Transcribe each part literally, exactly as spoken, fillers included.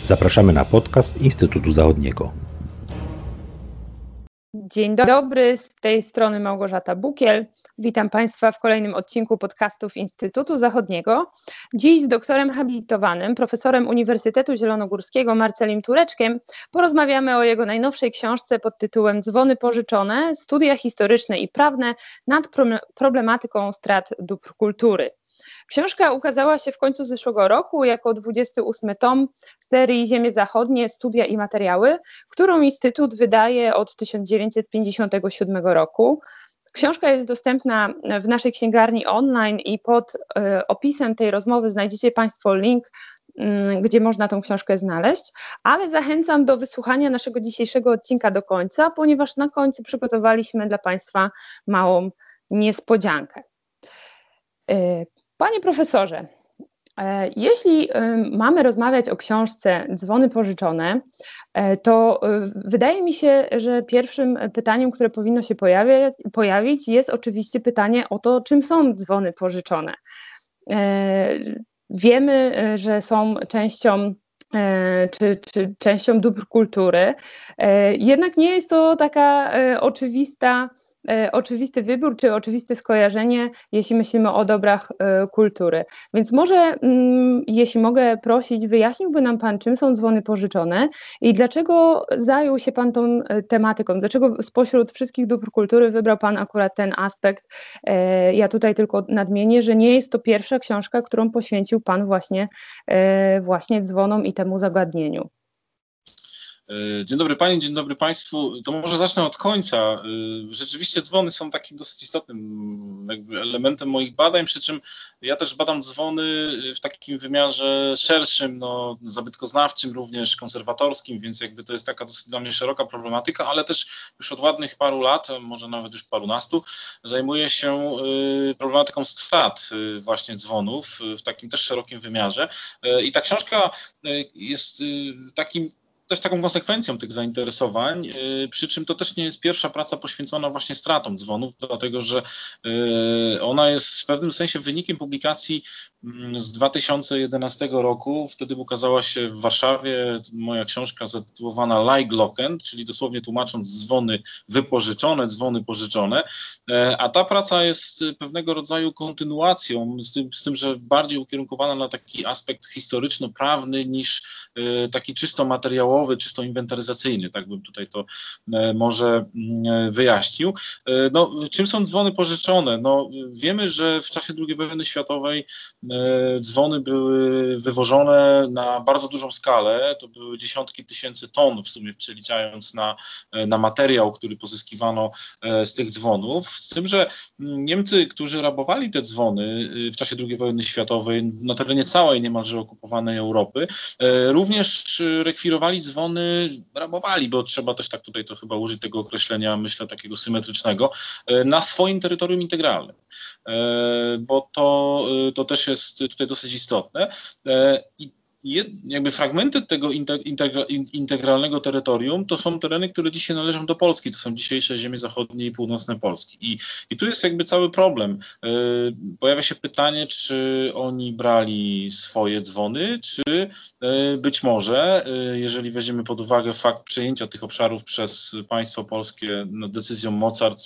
Zapraszamy na podcast Instytutu Zachodniego. Dzień dobry, z tej strony Małgorzata Bukiel. Witam Państwa w kolejnym odcinku podcastów Instytutu Zachodniego. Dziś z doktorem habilitowanym, profesorem Uniwersytetu Zielonogórskiego Marcelim Tureczkiem porozmawiamy o jego najnowszej książce pod tytułem Dzwony pożyczone, studia historyczne i prawne nad problematyką strat dóbr kultury. Książka ukazała się w końcu zeszłego roku jako dwudziesty ósmy tom serii Ziemie Zachodnie, studia i materiały, którą Instytut wydaje od tysiąc dziewięćset pięćdziesiątego siódmego roku. Książka jest dostępna w naszej księgarni online i pod y, opisem tej rozmowy znajdziecie Państwo link, y, gdzie można tą książkę znaleźć, ale zachęcam do wysłuchania naszego dzisiejszego odcinka do końca, ponieważ na końcu przygotowaliśmy dla Państwa małą niespodziankę. Y, Panie profesorze, jeśli mamy rozmawiać o książce Dzwony pożyczone, to wydaje mi się, że pierwszym pytaniem, które powinno się pojawić, jest oczywiście pytanie o to, czym są dzwony pożyczone. Wiemy, że są częścią Czy, czy częścią dóbr kultury, jednak nie jest to taka oczywista oczywisty wybór, czy oczywiste skojarzenie, jeśli myślimy o dobrach kultury. Więc może, jeśli mogę prosić, wyjaśniłby nam Pan, czym są dzwony pożyczone i dlaczego zajął się Pan tą tematyką? Dlaczego spośród wszystkich dóbr kultury wybrał Pan akurat ten aspekt? Ja tutaj tylko nadmienię, że nie jest to pierwsza książka, którą poświęcił Pan właśnie, właśnie dzwonom i temu zagadnieniu. Dzień dobry Pani, dzień dobry Państwu. To może zacznę od końca. Rzeczywiście dzwony są takim dosyć istotnym jakby elementem moich badań, przy czym ja też badam dzwony w takim wymiarze szerszym, no, zabytkoznawczym, również konserwatorskim, więc jakby to jest taka dosyć dla mnie szeroka problematyka, ale też już od ładnych paru lat, może nawet już parunastu, zajmuję się problematyką strat właśnie dzwonów w takim też szerokim wymiarze. I ta książka jest takim też taką konsekwencją tych zainteresowań, przy czym to też nie jest pierwsza praca poświęcona właśnie stratom dzwonów, dlatego że ona jest w pewnym sensie wynikiem publikacji z dwa tysiące jedenastego roku. Wtedy ukazała się w Warszawie moja książka zatytułowana Leihglocken, czyli dosłownie tłumacząc dzwony wypożyczone, dzwony pożyczone, a ta praca jest pewnego rodzaju kontynuacją, z tym, z tym że bardziej ukierunkowana na taki aspekt historyczno-prawny niż taki czysto materiałowy, czysto inwentaryzacyjny, tak bym tutaj to może wyjaśnił. No, czym są dzwony pożyczone? No, wiemy, że w czasie drugiej wojny światowej dzwony były wywożone na bardzo dużą skalę, to były dziesiątki tysięcy ton w sumie, przeliczając na, na materiał, który pozyskiwano z tych dzwonów, z tym, że Niemcy, którzy rabowali te dzwony w czasie drugiej wojny światowej na terenie całej niemalże okupowanej Europy, również rekwirowali dzwony, rabowali, bo trzeba też tak tutaj to chyba użyć tego określenia, myślę, takiego symetrycznego, na swoim terytorium integralnym, bo to, to też jest tutaj dosyć istotne. I jakby fragmenty tego integra, integralnego terytorium to są tereny, które dzisiaj należą do Polski, to są dzisiejsze ziemie zachodnie i północne Polski. I, i tu jest jakby cały problem. Pojawia się pytanie, czy oni brali swoje dzwony, czy być może, jeżeli weźmiemy pod uwagę fakt przejęcia tych obszarów przez państwo polskie no, decyzją Mozart,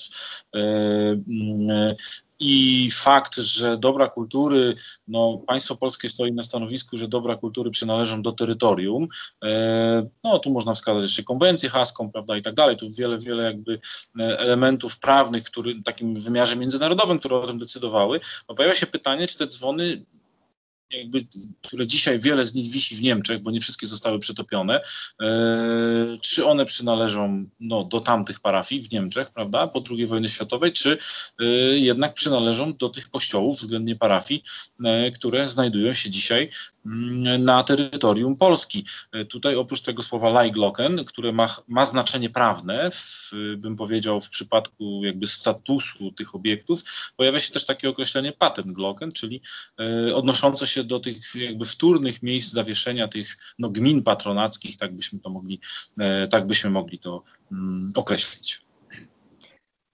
i fakt, że dobra kultury, no państwo polskie stoi na stanowisku, że dobra kultury przynależą do terytorium, no tu można wskazać jeszcze konwencję haską, prawda, i tak dalej, tu wiele, wiele jakby elementów prawnych, który, w takim wymiarze międzynarodowym, które o tym decydowały, no pojawia się pytanie, czy te dzwony, jakby, które dzisiaj wiele z nich wisi w Niemczech, bo nie wszystkie zostały przetopione, e, czy one przynależą no, do tamtych parafii w Niemczech, prawda, po drugiej wojnie światowej, czy e, jednak przynależą do tych kościołów względnie parafii, e, które znajdują się dzisiaj m, na terytorium Polski. E, tutaj oprócz tego słowa Leihglocken, które ma, ma znaczenie prawne, w, bym powiedział w przypadku jakby statusu tych obiektów, pojawia się też takie określenie Patentglocken, czyli e, odnoszące się do tych jakby wtórnych miejsc zawieszenia tych no, gmin patronackich, tak byśmy to mogli, e, tak byśmy mogli to mm, określić.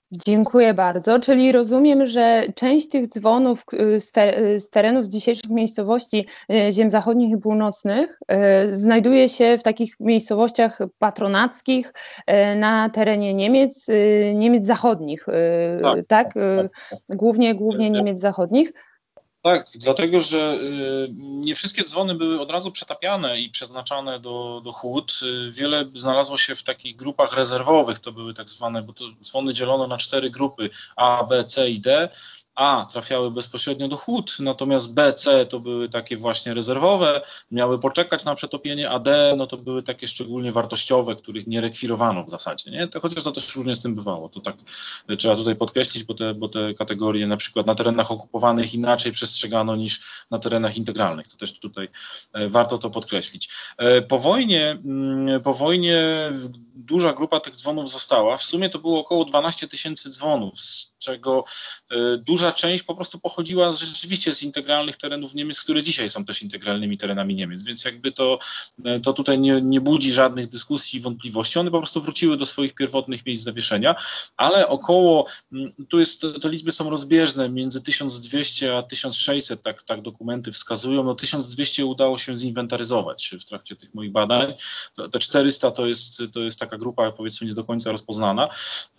Dziękuję bardzo. Czyli rozumiem, że część tych dzwonów z, te, z terenów z dzisiejszych miejscowości ziem zachodnich i północnych znajduje się w takich miejscowościach patronackich na terenie Niemiec, Niemiec zachodnich, tak? tak, tak, tak. Głównie, głównie Niemiec zachodnich. Tak, dlatego że nie wszystkie dzwony były od razu przetapiane i przeznaczane do, do hut. Wiele znalazło się w takich grupach rezerwowych, to były tak zwane, bo to dzwony dzielono na cztery grupy A, B, C i D. A trafiały bezpośrednio do hut, natomiast B, C to były takie właśnie rezerwowe, miały poczekać na przetopienie, a D no to były takie szczególnie wartościowe, których nie rekwirowano w zasadzie, nie? To, chociaż to też różnie z tym bywało, to tak trzeba tutaj podkreślić, bo te, bo te kategorie na przykład na terenach okupowanych inaczej przestrzegano niż na terenach integralnych, to też tutaj warto to podkreślić. Po wojnie, po wojnie duża grupa tych dzwonów została, w sumie to było około dwanaście tysięcy dzwonów, z czego duża część po prostu pochodziła rzeczywiście z integralnych terenów Niemiec, które dzisiaj są też integralnymi terenami Niemiec, więc jakby to, to tutaj nie, nie budzi żadnych dyskusji i wątpliwości. One po prostu wróciły do swoich pierwotnych miejsc zawieszenia, ale około, tu jest, te liczby są rozbieżne, między tysiąc dwieście a tysiąc sześćset, tak, tak dokumenty wskazują, no tysiąc dwieście udało się zinwentaryzować w trakcie tych moich badań, to, te czterysta to jest, to jest taka grupa powiedzmy nie do końca rozpoznana.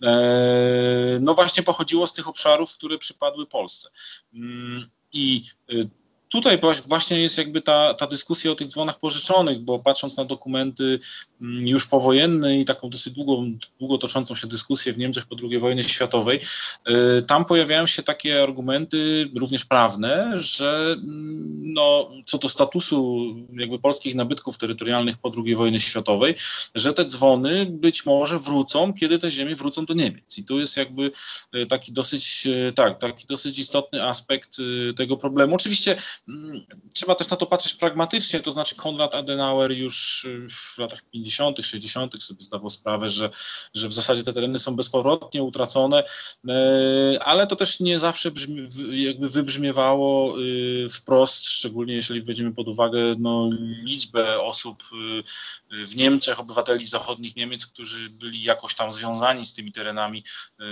Eee, no właśnie pochodziło z tych obszarów, które przypadły Polsce. I tutaj właśnie jest jakby ta, ta dyskusja o tych dzwonach pożyczonych, bo patrząc na dokumenty już powojenne i taką dosyć długą, długo toczącą się dyskusję w Niemczech po drugiej wojnie światowej, tam pojawiają się takie argumenty również prawne, że no, co do statusu jakby polskich nabytków terytorialnych po drugiej wojnie światowej, że te dzwony być może wrócą, kiedy te ziemie wrócą do Niemiec. I tu jest jakby taki dosyć, tak, taki dosyć istotny aspekt tego problemu. Oczywiście trzeba też na to patrzeć pragmatycznie, to znaczy Konrad Adenauer już w latach pięćdziesiątych, sześćdziesiątych sobie zdawał sprawę, że, że w zasadzie te tereny są bezpowrotnie utracone, ale to też nie zawsze brzmi, jakby wybrzmiewało wprost, szczególnie jeżeli weźmiemy pod uwagę no, liczbę osób w Niemczech, obywateli zachodnich Niemiec, którzy byli jakoś tam związani z tymi terenami,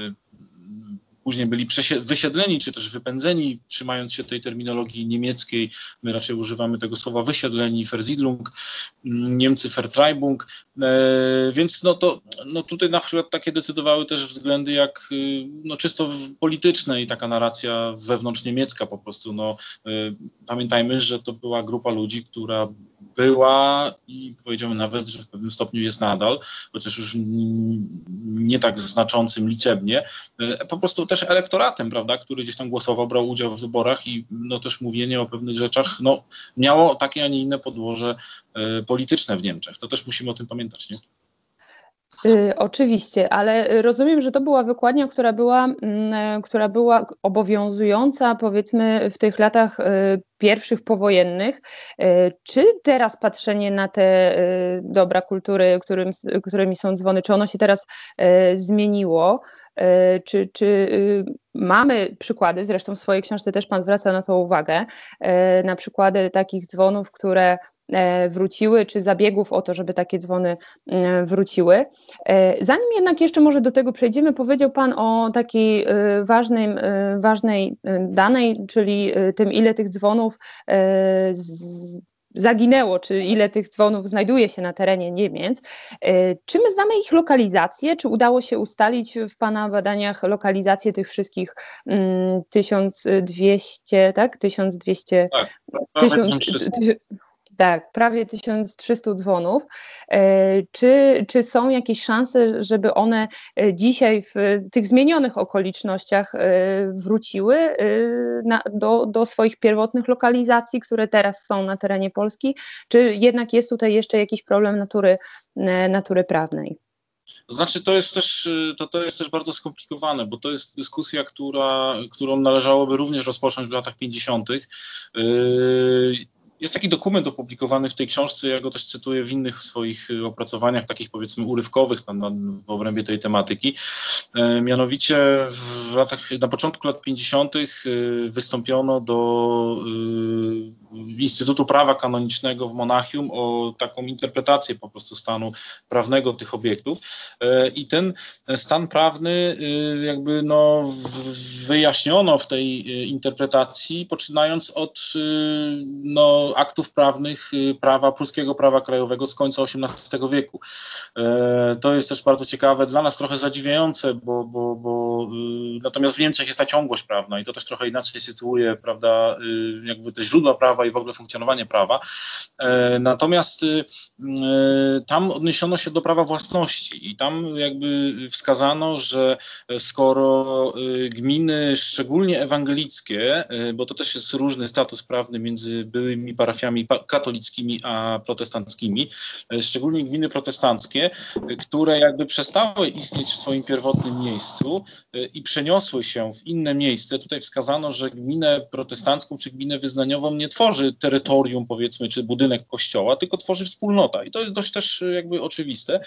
później byli wysiedleni, czy też wypędzeni, trzymając się tej terminologii niemieckiej. My raczej używamy tego słowa wysiedleni, Versiedlung, Niemcy Vertreibung. E, więc no to no tutaj na przykład takie decydowały też względy jak no czysto polityczne i taka narracja wewnątrzniemiecka po prostu. No, e, pamiętajmy, że to była grupa ludzi, która była i powiedziałbym nawet, że w pewnym stopniu jest nadal, chociaż już nie tak znaczącym liczebnie, po prostu też elektoratem, prawda, który gdzieś tam głosował, brał udział w wyborach i no też mówienie o pewnych rzeczach no, miało takie, a nie inne podłoże y, polityczne w Niemczech. To też musimy o tym pamiętać, nie? Y, oczywiście, ale rozumiem, że to była wykładnia, która była, y, która była obowiązująca powiedzmy w tych latach y, pierwszych powojennych. Y, czy teraz patrzenie na te y, dobra kultury, którym, którymi są dzwony, czy ono się teraz y, zmieniło? Y, czy czy y, mamy przykłady, zresztą w swojej książce też Pan zwraca na to uwagę, y, na przykłady takich dzwonów, które wróciły, czy zabiegów o to, żeby takie dzwony wróciły. Zanim jednak jeszcze może do tego przejdziemy, powiedział Pan o takiej ważnej, ważnej danej, czyli tym, ile tych dzwonów zaginęło, czy ile tych dzwonów znajduje się na terenie Niemiec. Czy my znamy ich lokalizację? Czy udało się ustalić w Pana badaniach lokalizację tych wszystkich tysiąc dwieście, tak? tysiąc dwieście... Tak, tysiąc trzysta. Tak, prawie tysiąc trzysta dzwonów. Czy, czy są jakieś szanse, żeby one dzisiaj w tych zmienionych okolicznościach wróciły na, do, do swoich pierwotnych lokalizacji, które teraz są na terenie Polski? Czy jednak jest tutaj jeszcze jakiś problem natury, natury prawnej? To znaczy to jest też, to, to jest też bardzo skomplikowane, bo to jest dyskusja, która, którą należałoby również rozpocząć w latach pięćdziesiątych. Jest taki dokument opublikowany w tej książce, ja go też cytuję w innych swoich opracowaniach, takich powiedzmy urywkowych na, na, w obrębie tej tematyki. E, mianowicie w latach, na początku lat pięćdziesiątych wystąpiono do e, Instytutu Prawa Kanonicznego w Monachium o taką interpretację po prostu stanu prawnego tych obiektów. E, I ten stan prawny e, jakby no wyjaśniono w tej interpretacji, poczynając od e, no, aktów prawnych prawa, pruskiego prawa krajowego z końca osiemnastego wieku. To jest też bardzo ciekawe, dla nas trochę zadziwiające, bo, bo, bo natomiast w Niemczech jest ta ciągłość prawna i to też trochę inaczej sytuuje, prawda, jakby te źródła prawa i w ogóle funkcjonowanie prawa. Natomiast tam odniesiono się do prawa własności i tam jakby wskazano, że skoro gminy, szczególnie ewangelickie, bo to też jest różny status prawny między byłymi parafiami katolickimi a protestanckimi, szczególnie gminy protestanckie, które jakby przestały istnieć w swoim pierwotnym miejscu i przeniosły się w inne miejsce. Tutaj wskazano, że gminę protestancką czy gminę wyznaniową nie tworzy terytorium, powiedzmy, czy budynek kościoła, tylko tworzy wspólnota. I to jest dość też jakby oczywiste.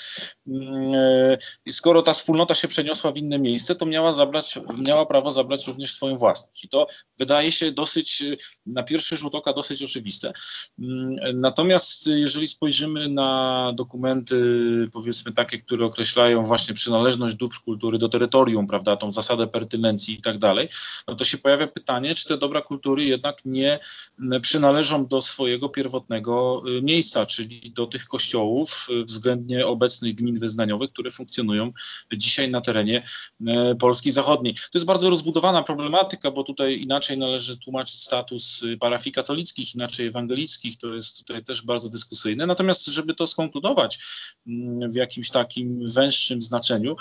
Skoro ta wspólnota się przeniosła w inne miejsce, to miała zabrać, miała prawo zabrać również swoją własność. I to wydaje się dosyć, na pierwszy rzut oka dosyć oczywiste. Natomiast jeżeli spojrzymy na dokumenty, powiedzmy takie, które określają właśnie przynależność dóbr kultury do terytorium, prawda, tą zasadę pertynencji i tak dalej, no to się pojawia pytanie, czy te dobra kultury jednak nie przynależą do swojego pierwotnego miejsca, czyli do tych kościołów względnie obecnych gmin wyznaniowych, które funkcjonują dzisiaj na terenie Polski Zachodniej. To jest bardzo rozbudowana problematyka, bo tutaj inaczej należy tłumaczyć status parafii katolickich, inaczej ewangelickich, to jest tutaj też bardzo dyskusyjne. Natomiast, żeby to skonkludować w jakimś takim węższym znaczeniu,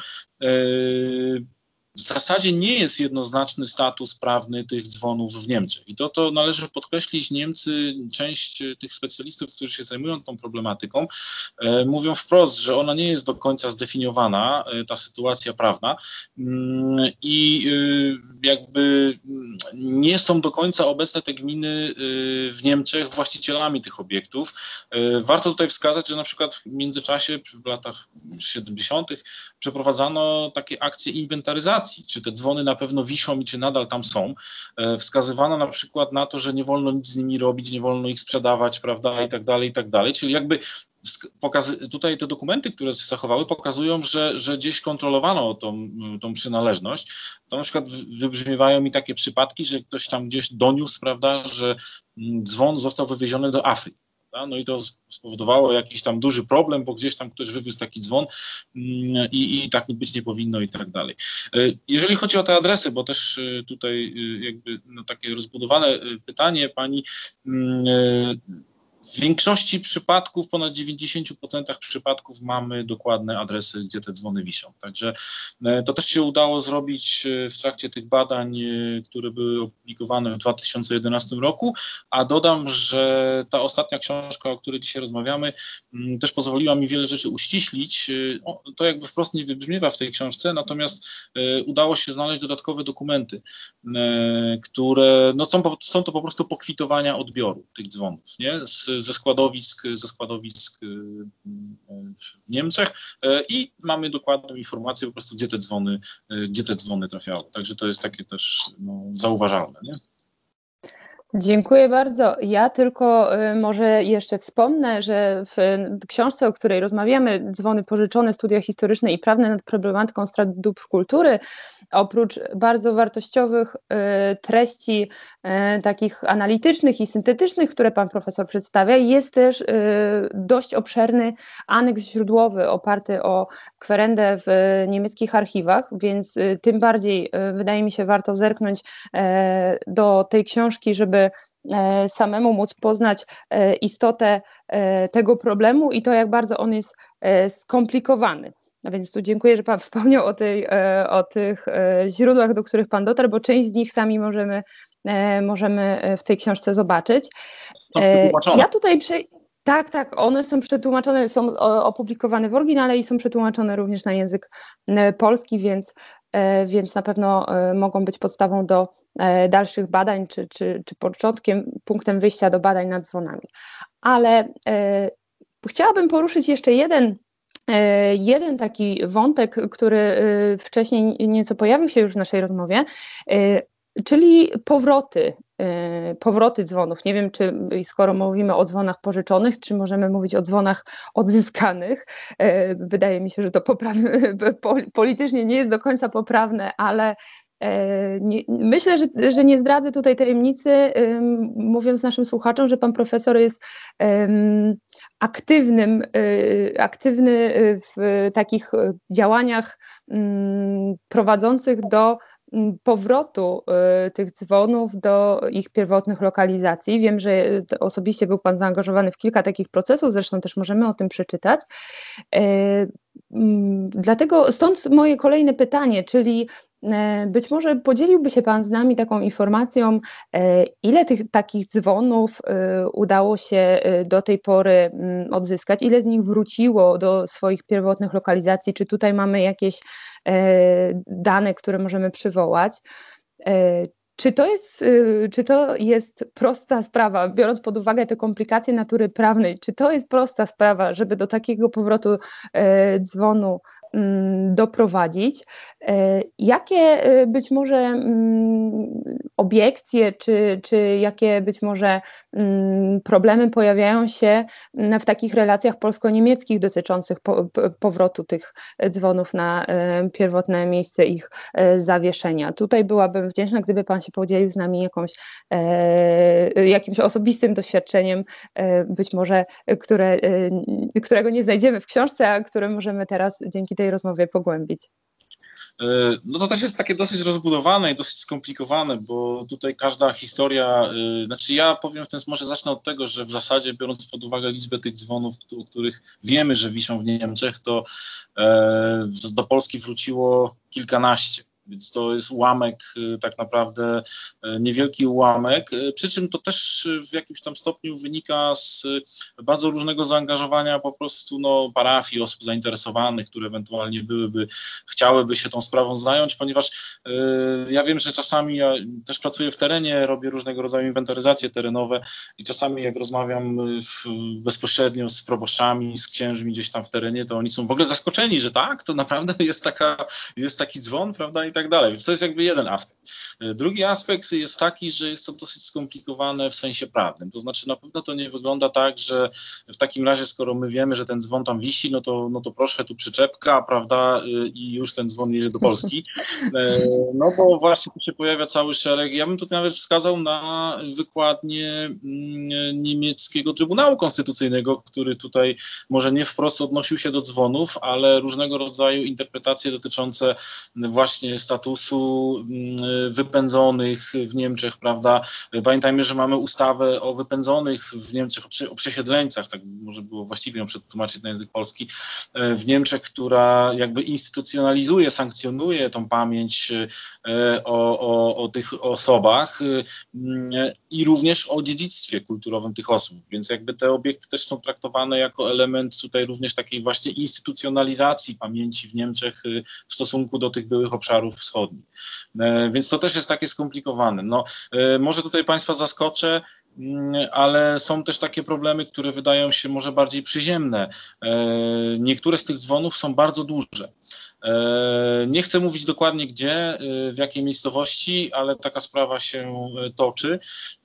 w zasadzie nie jest jednoznaczny status prawny tych dzwonów w Niemczech. I to, to należy podkreślić. Niemcy, część tych specjalistów, którzy się zajmują tą problematyką, e, mówią wprost, że ona nie jest do końca zdefiniowana, e, ta sytuacja prawna mm, i e, jakby nie są do końca obecne te gminy e, w Niemczech właścicielami tych obiektów. E, warto tutaj wskazać, że na przykład w międzyczasie, w latach siedemdziesiątych przeprowadzano takie akcje inwentaryzacji, czy te dzwony na pewno wiszą i czy nadal tam są. Wskazywano na przykład na to, że nie wolno nic z nimi robić, nie wolno ich sprzedawać, prawda, i tak dalej, i tak dalej. Czyli jakby pokazy, tutaj te dokumenty, które się zachowały, pokazują, że, że gdzieś kontrolowano tą, tą przynależność. To na przykład wybrzmiewają mi takie przypadki, że ktoś tam gdzieś doniósł, prawda, że dzwon został wywieziony do Afryki. No i to spowodowało jakiś tam duży problem, bo gdzieś tam ktoś wywiózł taki dzwon i, i tak być nie powinno i tak dalej. Jeżeli chodzi o te adresy, bo też tutaj jakby no takie rozbudowane pytanie pani, w większości przypadków, ponad dziewięćdziesiąt procent przypadków mamy dokładne adresy, gdzie te dzwony wiszą. Także to też się udało zrobić w trakcie tych badań, które były opublikowane w dwa tysiące jedenastym roku, a dodam, że ta ostatnia książka, o której dzisiaj rozmawiamy, też pozwoliła mi wiele rzeczy uściślić. To jakby wprost nie wybrzmiewa w tej książce, natomiast udało się znaleźć dodatkowe dokumenty, które no są, są to po prostu pokwitowania odbioru tych dzwonów, nie? Z, ze składowisk, ze składowisk w Niemczech i mamy dokładną informację po prostu, gdzie te dzwony, gdzie te dzwony trafiały. Także to jest takie też no, zauważalne, nie? Dziękuję bardzo. Ja tylko y, może jeszcze wspomnę, że w książce, o której rozmawiamy, Dzwony pożyczone, studia historyczne i prawne nad problematyką strat dóbr kultury, oprócz bardzo wartościowych y, treści y, takich analitycznych i syntetycznych, które pan profesor przedstawia, jest też y, dość obszerny aneks źródłowy oparty o kwerendę w niemieckich archiwach, więc y, tym bardziej y, wydaje mi się warto zerknąć y, do tej książki, żeby samemu móc poznać istotę tego problemu i to, jak bardzo on jest skomplikowany. A więc tu dziękuję, że pan wspomniał o, tej, o tych źródłach, do których pan dotarł, bo część z nich sami możemy, możemy w tej książce zobaczyć. Ja tutaj prze... Tak, tak, one są przetłumaczone, są opublikowane w oryginale i są przetłumaczone również na język polski, więc, więc na pewno mogą być podstawą do dalszych badań, czy, czy, czy początkiem, punktem wyjścia do badań nad dzwonami. Ale e, chciałabym poruszyć jeszcze jeden, e, jeden taki wątek, który e, wcześniej nieco pojawił się już w naszej rozmowie, e, czyli powroty, e, powroty dzwonów. Nie wiem, czy skoro mówimy o dzwonach pożyczonych, czy możemy mówić o dzwonach odzyskanych. E, wydaje mi się, że to poprawne, politycznie nie jest do końca poprawne, ale Nie, myślę, że, że nie zdradzę tutaj tajemnicy, um, mówiąc naszym słuchaczom, że pan profesor jest um, aktywnym, um, aktywny w takich działaniach um, prowadzących do powrotu y, tych dzwonów do ich pierwotnych lokalizacji. Wiem, że osobiście był pan zaangażowany w kilka takich procesów, zresztą też możemy o tym przeczytać. Y, y, dlatego stąd moje kolejne pytanie, czyli być może podzieliłby się pan z nami taką informacją, ile tych takich dzwonów udało się do tej pory odzyskać, ile z nich wróciło do swoich pierwotnych lokalizacji, czy tutaj mamy jakieś dane, które możemy przywołać. Czy to jest, czy to jest prosta sprawa, biorąc pod uwagę te komplikacje natury prawnej, czy to jest prosta sprawa, żeby do takiego powrotu dzwonu doprowadzić? Jakie być może obiekcje, czy, czy jakie być może problemy pojawiają się w takich relacjach polsko-niemieckich dotyczących powrotu tych dzwonów na pierwotne miejsce ich zawieszenia? Tutaj byłabym wdzięczna, gdyby pan się podzielił z nami jakąś, jakimś osobistym doświadczeniem, być może, które, którego nie znajdziemy w książce, a które możemy teraz dzięki tej rozmowie pogłębić. No to też jest takie dosyć rozbudowane i dosyć skomplikowane, bo tutaj każda historia, znaczy ja powiem w ten sposób, może zacznę od tego, że w zasadzie biorąc pod uwagę liczbę tych dzwonów, o których wiemy, że wiszą w Niemczech, to do Polski wróciło kilkanaście. Więc to jest ułamek, tak naprawdę niewielki ułamek, przy czym to też w jakimś tam stopniu wynika z bardzo różnego zaangażowania po prostu no, parafii, osób zainteresowanych, które ewentualnie byłyby, chciałyby się tą sprawą zająć, ponieważ y, ja wiem, że czasami ja też pracuję w terenie, robię różnego rodzaju inwentaryzacje terenowe i czasami jak rozmawiam w, bezpośrednio z proboszczami, z księżmi gdzieś tam w terenie, to oni są w ogóle zaskoczeni, że tak, to naprawdę jest, taka, jest taki dzwon, prawda, i tak dalej. Więc to jest jakby jeden aspekt. Drugi aspekt jest taki, że jest to dosyć skomplikowane w sensie prawnym. To znaczy na pewno to nie wygląda tak, że w takim razie, skoro my wiemy, że ten dzwon tam wisi, no to, no to proszę, tu przyczepka, prawda, i już ten dzwon jedzie do Polski. No bo właśnie tu się pojawia cały szereg. Ja bym tutaj nawet wskazał na wykładnię niemieckiego Trybunału Konstytucyjnego, który tutaj może nie wprost odnosił się do dzwonów, ale różnego rodzaju interpretacje dotyczące właśnie statusu wypędzonych w Niemczech, prawda. Pamiętajmy, że mamy ustawę o wypędzonych w Niemczech, o przesiedleńcach, tak może było właściwie ją przetłumaczyć na język polski, w Niemczech, która jakby instytucjonalizuje, sankcjonuje tą pamięć o, o, o tych osobach i również o dziedzictwie kulturowym tych osób, więc jakby te obiekty też są traktowane jako element tutaj również takiej właśnie instytucjonalizacji pamięci w Niemczech w stosunku do tych byłych obszarów wschodnich. Więc to też jest takie skomplikowane. No, może tutaj Państwa zaskoczę, ale są też takie problemy, które wydają się może bardziej przyziemne. Niektóre z tych dzwonów są bardzo duże. Nie chcę mówić dokładnie gdzie, w jakiej miejscowości, ale taka sprawa się toczy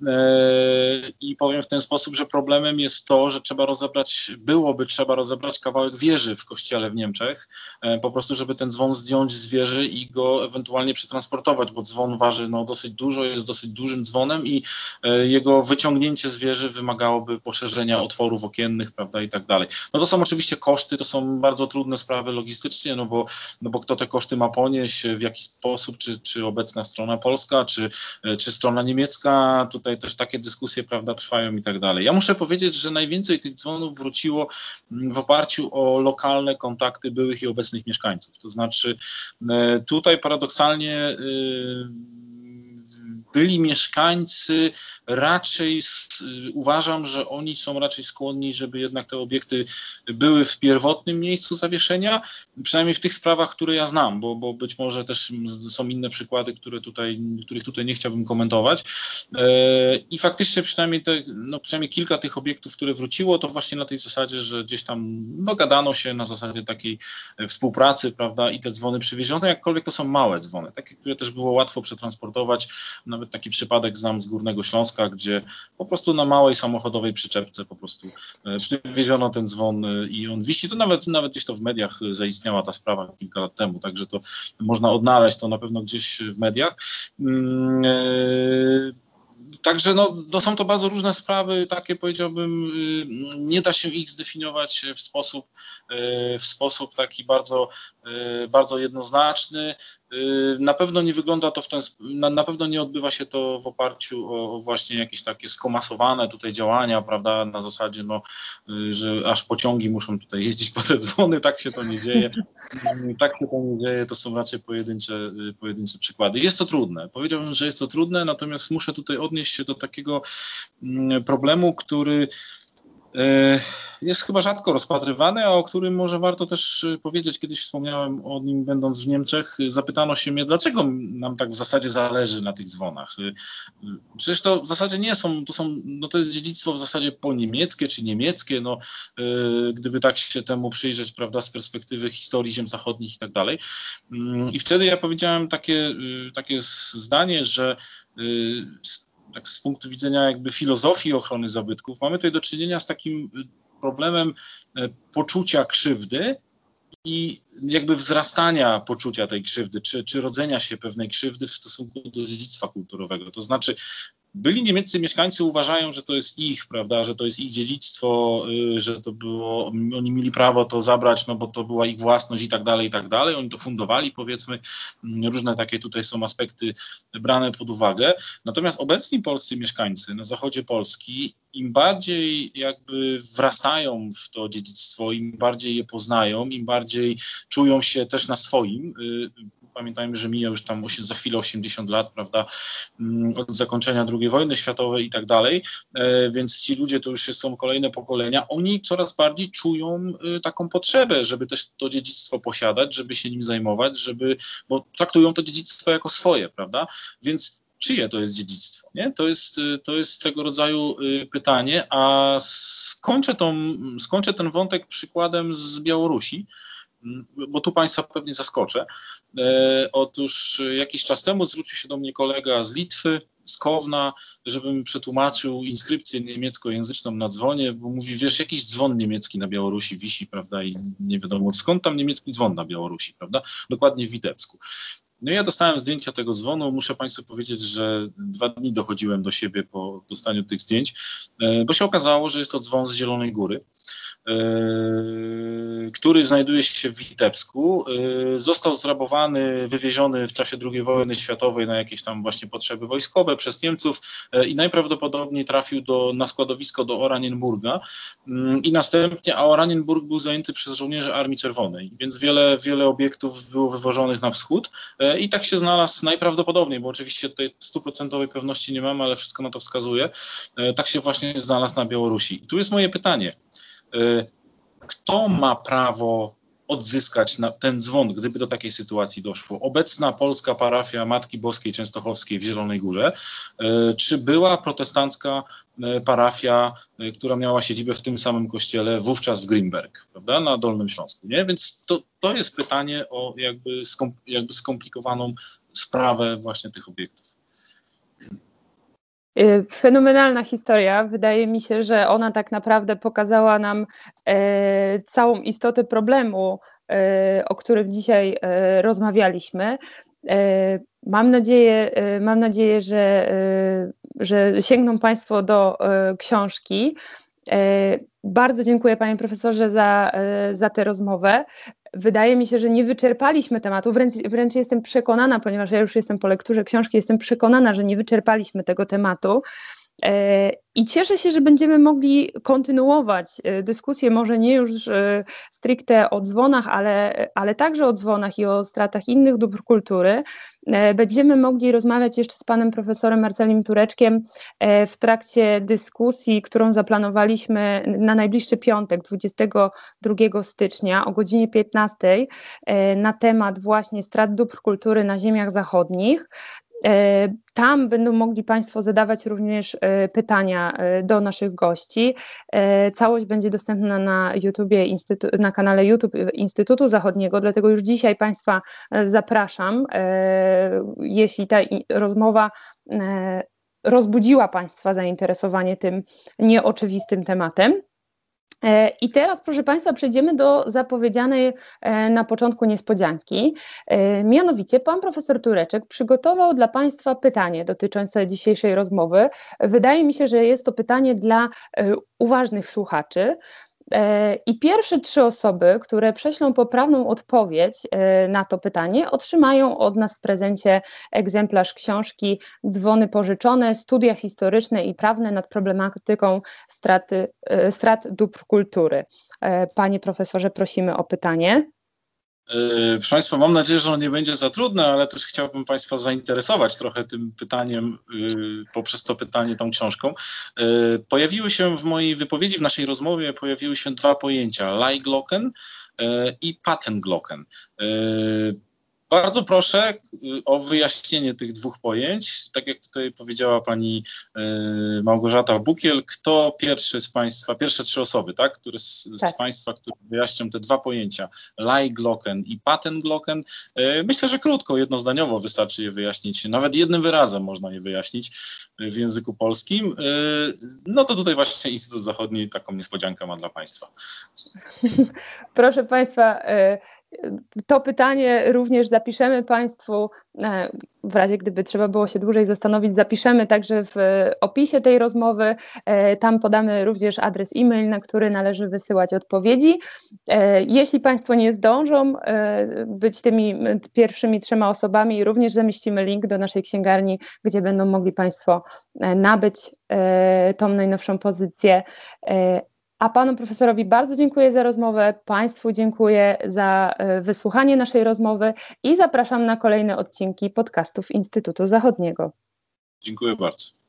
i powiem w ten sposób, że problemem jest to, że trzeba rozebrać, byłoby trzeba rozebrać kawałek wieży w kościele w Niemczech, po prostu żeby ten dzwon zdjąć z wieży i go ewentualnie przetransportować, bo dzwon waży no, dosyć dużo, jest dosyć dużym dzwonem i jego wyciągnięcie z wieży wymagałoby poszerzenia otworów okiennych, prawda, i tak dalej. No to są oczywiście koszty, to są bardzo trudne sprawy logistycznie, no bo No bo kto te koszty ma ponieść, w jaki sposób, czy, czy obecna strona polska, czy, czy strona niemiecka, tutaj też takie dyskusje, prawda, trwają i tak dalej. Ja muszę powiedzieć, że najwięcej tych dzwonów wróciło w oparciu o lokalne kontakty byłych i obecnych mieszkańców. To znaczy tutaj paradoksalnie byli mieszkańcy raczej, uważam, że oni są raczej skłonni, żeby jednak te obiekty były w pierwotnym miejscu zawieszenia, przynajmniej w tych sprawach, które ja znam, bo, bo być może też są inne przykłady, które tutaj, których tutaj nie chciałbym komentować. I faktycznie przynajmniej, te, no przynajmniej kilka tych obiektów, które wróciło, to właśnie na tej zasadzie, że gdzieś tam dogadano się na zasadzie takiej współpracy, prawda, i te dzwony przywiezione, jakkolwiek to są małe dzwony, takie, które też było łatwo przetransportować. Nawet taki przypadek znam z Górnego Śląska, gdzie po prostu na małej samochodowej przyczepce po prostu przywieziono ten dzwon i on wisi. To nawet, nawet gdzieś to w mediach zaistniała ta sprawa kilka lat temu, także to można odnaleźć to na pewno gdzieś w mediach. Także no, no są to bardzo różne sprawy, takie powiedziałbym, nie da się ich zdefiniować w sposób, w sposób taki bardzo, bardzo jednoznaczny. Na pewno nie wygląda to w ten na, na pewno nie odbywa się to w oparciu o, o właśnie jakieś takie skomasowane tutaj działania, prawda, na zasadzie, no, że aż pociągi muszą tutaj jeździć po te dzwony, tak się to nie dzieje. Tak się to nie dzieje, to są raczej pojedyncze, pojedyncze przykłady. Jest to trudne, powiedziałbym, że jest to trudne, natomiast muszę tutaj odnieść się do takiego problemu, który jest chyba rzadko rozpatrywany, a o którym może warto też powiedzieć. Kiedyś wspomniałem o nim, będąc w Niemczech. Zapytano się mnie, dlaczego nam tak w zasadzie zależy na tych dzwonach. Przecież to w zasadzie nie są, to są, no to jest dziedzictwo w zasadzie poniemieckie czy niemieckie, no gdyby tak się temu przyjrzeć, prawda, z perspektywy historii ziem zachodnich i tak dalej. I wtedy ja powiedziałem takie, takie zdanie, że tak z punktu widzenia jakby filozofii ochrony zabytków, mamy tutaj do czynienia z takim problemem poczucia krzywdy i jakby wzrastania poczucia tej krzywdy, czy, czy rodzenia się pewnej krzywdy w stosunku do dziedzictwa kulturowego. To znaczy byli niemieccy mieszkańcy uważają, że to jest ich, prawda, że to jest ich dziedzictwo, że to było, oni mieli prawo to zabrać, no bo to była ich własność i tak dalej, i tak dalej. Oni to fundowali, powiedzmy, różne takie tutaj są aspekty brane pod uwagę. Natomiast obecni polscy mieszkańcy na zachodzie Polski, im bardziej jakby wrastają w to dziedzictwo, im bardziej je poznają, im bardziej czują się też na swoim. Pamiętajmy, że mija już tam za chwilę osiemdziesiąt lat, prawda, od zakończenia drugiej wojny światowej i tak dalej, więc ci ludzie to już są kolejne pokolenia, oni coraz bardziej czują taką potrzebę, żeby też to dziedzictwo posiadać, żeby się nim zajmować, żeby, bo traktują to dziedzictwo jako swoje, prawda, więc czyje to jest dziedzictwo, nie? To jest, to jest tego rodzaju pytanie, a skończę, tą, skończę ten wątek przykładem z Białorusi, bo tu Państwa pewnie zaskoczę. E, otóż jakiś czas temu zwrócił się do mnie kolega z Litwy, z Kowna, żebym przetłumaczył inskrypcję niemieckojęzyczną na dzwonie, bo mówi, wiesz, jakiś dzwon niemiecki na Białorusi wisi, prawda, i nie wiadomo skąd tam niemiecki dzwon na Białorusi, prawda, dokładnie w Witebsku. No i ja dostałem zdjęcia tego dzwonu, muszę Państwu powiedzieć, że dwa dni dochodziłem do siebie po dostaniu tych zdjęć, bo się okazało, że jest to dzwon z Zielonej Góry, który znajduje się w Witebsku. Został zrabowany, wywieziony w czasie drugiej wojny światowej na jakieś tam właśnie potrzeby wojskowe przez Niemców i najprawdopodobniej trafił do, na składowisko do Oranienburga i następnie, a Oranienburg był zajęty przez żołnierzy Armii Czerwonej, więc wiele, wiele obiektów było wywożonych na wschód i tak się znalazł najprawdopodobniej, bo oczywiście tutaj stuprocentowej pewności nie mamy, ale wszystko na to wskazuje, tak się właśnie znalazł na Białorusi. I tu jest moje pytanie. Kto ma prawo odzyskać na ten dzwon, gdyby do takiej sytuacji doszło? Obecna polska parafia Matki Boskiej Częstochowskiej w Zielonej Górze, czy była protestancka parafia, która miała siedzibę w tym samym kościele, wówczas w Grimberg, prawda, na Dolnym Śląsku, nie? Więc to, to jest pytanie o jakby, skom, jakby skomplikowaną sprawę właśnie tych obiektów. Fenomenalna historia. Wydaje mi się, że ona tak naprawdę pokazała nam e, całą istotę problemu, e, o którym dzisiaj e, rozmawialiśmy. E, mam nadzieję, e, mam nadzieję, że, e, że sięgną Państwo do e, książki. E, bardzo dziękuję Panie Profesorze za, e, za tę rozmowę. Wydaje mi się, że nie wyczerpaliśmy tematu, wręcz, wręcz jestem przekonana, ponieważ ja już jestem po lekturze książki, jestem przekonana, że nie wyczerpaliśmy tego tematu. I cieszę się, że będziemy mogli kontynuować dyskusję, może nie już stricte o dzwonach, ale, ale także o dzwonach i o stratach innych dóbr kultury. Będziemy mogli rozmawiać jeszcze z panem profesorem Marcelim Tureczkiem w trakcie dyskusji, którą zaplanowaliśmy na najbliższy piątek, dwudziestego drugiego stycznia o godzinie piętnastej na temat właśnie strat dóbr kultury na ziemiach zachodnich. Tam będą mogli Państwo zadawać również pytania do naszych gości. Całość będzie dostępna na YouTubie, na kanale YouTube Instytutu Zachodniego, dlatego już dzisiaj Państwa zapraszam, jeśli ta rozmowa rozbudziła Państwa zainteresowanie tym nieoczywistym tematem. I teraz, proszę Państwa, przejdziemy do zapowiedzianej na początku niespodzianki. Mianowicie pan profesor Tureczek przygotował dla Państwa pytanie dotyczące dzisiejszej rozmowy. Wydaje mi się, że jest to pytanie dla uważnych słuchaczy. I pierwsze trzy osoby, które prześlą poprawną odpowiedź na to pytanie, otrzymają od nas w prezencie egzemplarz książki Dzwony pożyczone, studia historyczne i prawne nad problematyką straty, strat dóbr kultury. Panie profesorze, prosimy o pytanie. Proszę Państwa, mam nadzieję, że ono nie będzie za trudne, ale też chciałbym Państwa zainteresować trochę tym pytaniem, poprzez to pytanie, tą książką. Pojawiły się w mojej wypowiedzi, w naszej rozmowie, pojawiły się dwa pojęcia, Leihglocken i Patenglocken. Bardzo proszę o wyjaśnienie tych dwóch pojęć. Tak jak tutaj powiedziała pani Małgorzata Bukiel, kto pierwszy z Państwa, pierwsze trzy osoby, tak, które z, tak. z Państwa, które wyjaśnią te dwa pojęcia, Leihglocken i Patenglocken, myślę, że krótko, jednozdaniowo wystarczy je wyjaśnić, nawet jednym wyrazem można je wyjaśnić w języku polskim. No to tutaj właśnie Instytut Zachodni taką niespodziankę ma dla Państwa. Proszę Państwa, to pytanie również zapiszemy Państwu, w razie gdyby trzeba było się dłużej zastanowić, zapiszemy także w opisie tej rozmowy. Tam podamy również adres e-mail, na który należy wysyłać odpowiedzi. Jeśli Państwo nie zdążą być tymi pierwszymi trzema osobami, również zamieścimy link do naszej księgarni, gdzie będą mogli Państwo nabyć tą najnowszą pozycję. A panu profesorowi bardzo dziękuję za rozmowę, Państwu dziękuję za wysłuchanie naszej rozmowy i zapraszam na kolejne odcinki podcastów Instytutu Zachodniego. Dziękuję bardzo.